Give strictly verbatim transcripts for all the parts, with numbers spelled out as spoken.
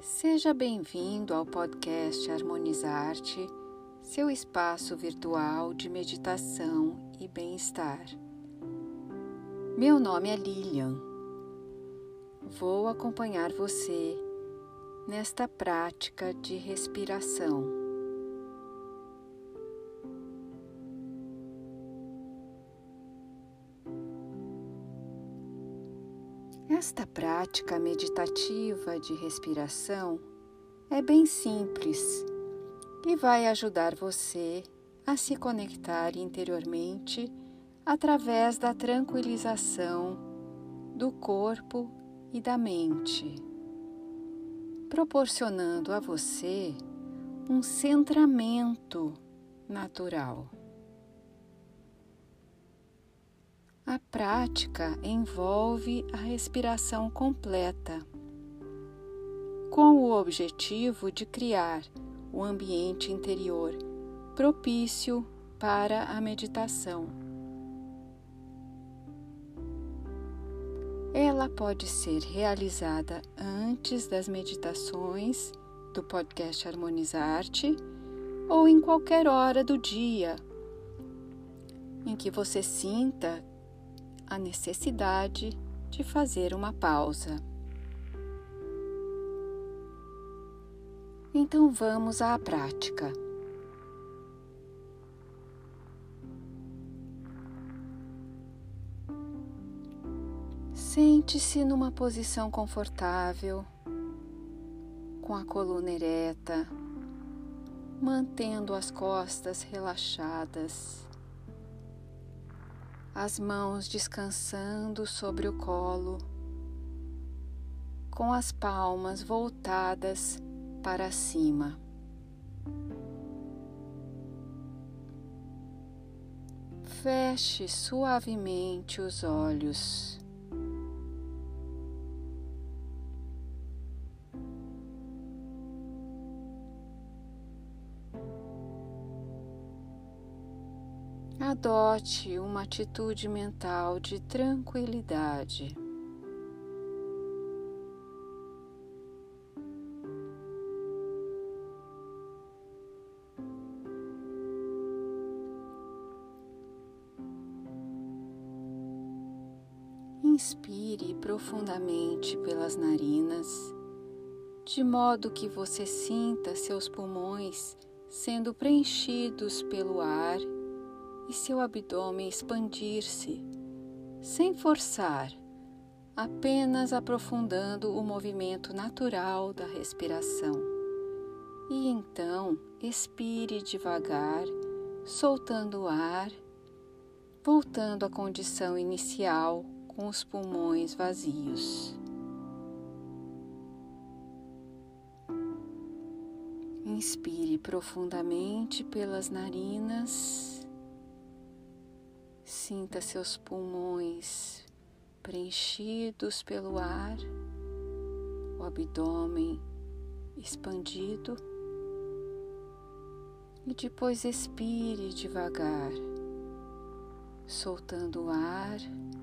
Seja bem-vindo ao podcast Harmonizar-te, seu espaço virtual de meditação e bem-estar. Meu nome é Lilian. Vou acompanhar você nesta prática de respiração. Esta prática meditativa de respiração é bem simples e vai ajudar você a se conectar interiormente através da tranquilização do corpo e da mente, proporcionando a você um centramento natural. A prática envolve a respiração completa, com o objetivo de criar o ambiente interior propício para a meditação. Ela pode ser realizada antes das meditações do podcast Harmonizar-te ou em qualquer hora do dia em que você sinta a necessidade de fazer uma pausa. Então vamos à prática. Sente-se numa posição confortável, com a coluna ereta, mantendo as costas relaxadas, as mãos descansando sobre o colo, com as palmas voltadas para cima. Feche suavemente os olhos. Adote uma atitude mental de tranquilidade. Inspire profundamente pelas narinas, de modo que você sinta seus pulmões sendo preenchidos pelo ar e seu abdômen expandir-se, sem forçar, apenas aprofundando o movimento natural da respiração. E então, expire devagar, soltando o ar, voltando à condição inicial com os pulmões vazios. Inspire profundamente pelas narinas. Sinta seus pulmões preenchidos pelo ar, o abdômen expandido e depois expire devagar, soltando o ar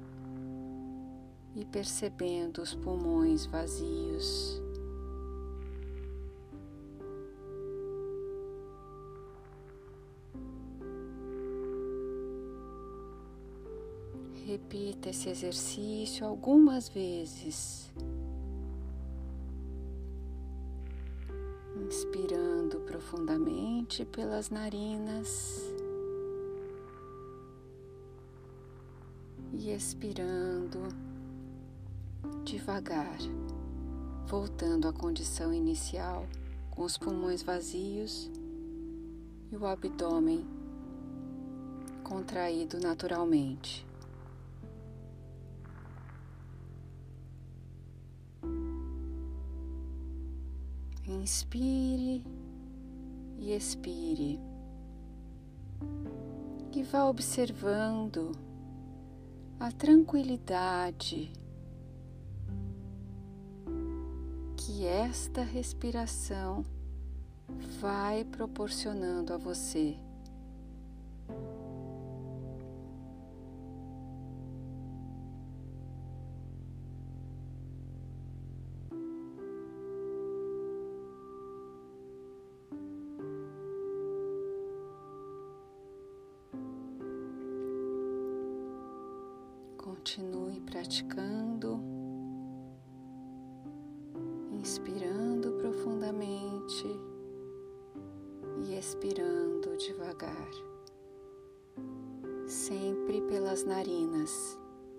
e percebendo os pulmões vazios. Repita esse exercício algumas vezes, inspirando profundamente pelas narinas e expirando devagar, voltando à condição inicial com os pulmões vazios e o abdômen contraído naturalmente. Inspire e expire, e vá observando a tranquilidade que esta respiração vai proporcionando a você. Continue praticando, inspirando profundamente e expirando devagar, sempre pelas narinas.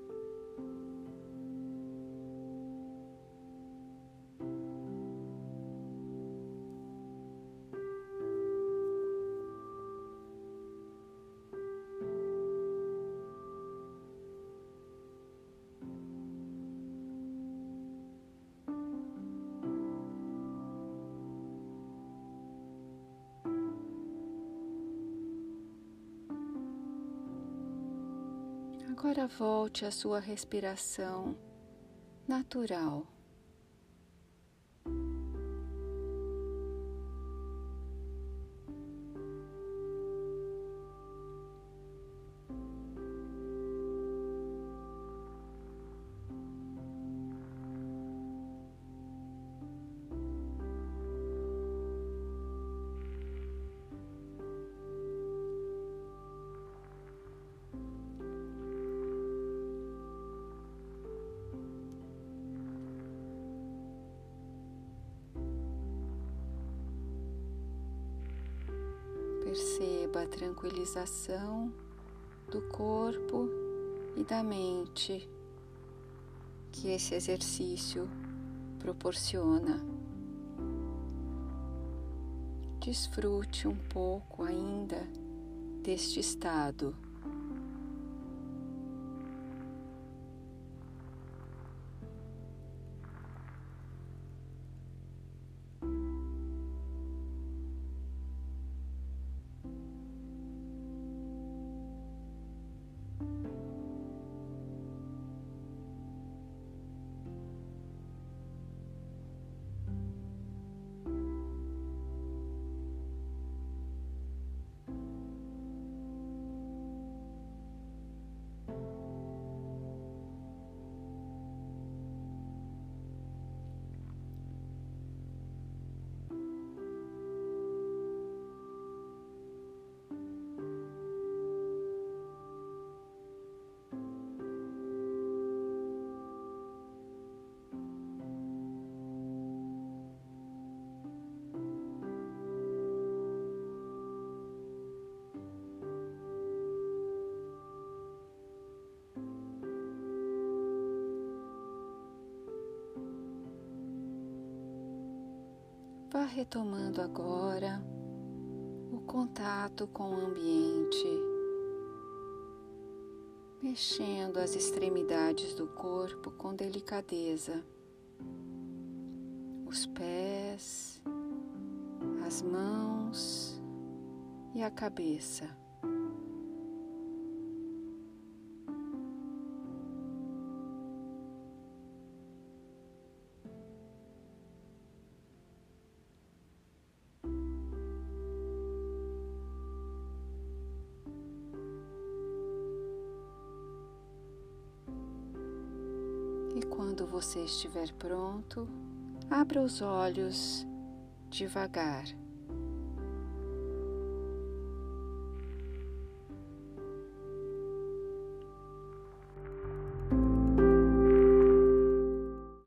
Agora volte à sua respiração natural. Perceba a tranquilização do corpo e da mente que esse exercício proporciona. Desfrute um pouco ainda deste estado. Vá retomando agora o contato com o ambiente, mexendo as extremidades do corpo com delicadeza, os pés, as mãos e a cabeça. E quando você estiver pronto, abra os olhos devagar.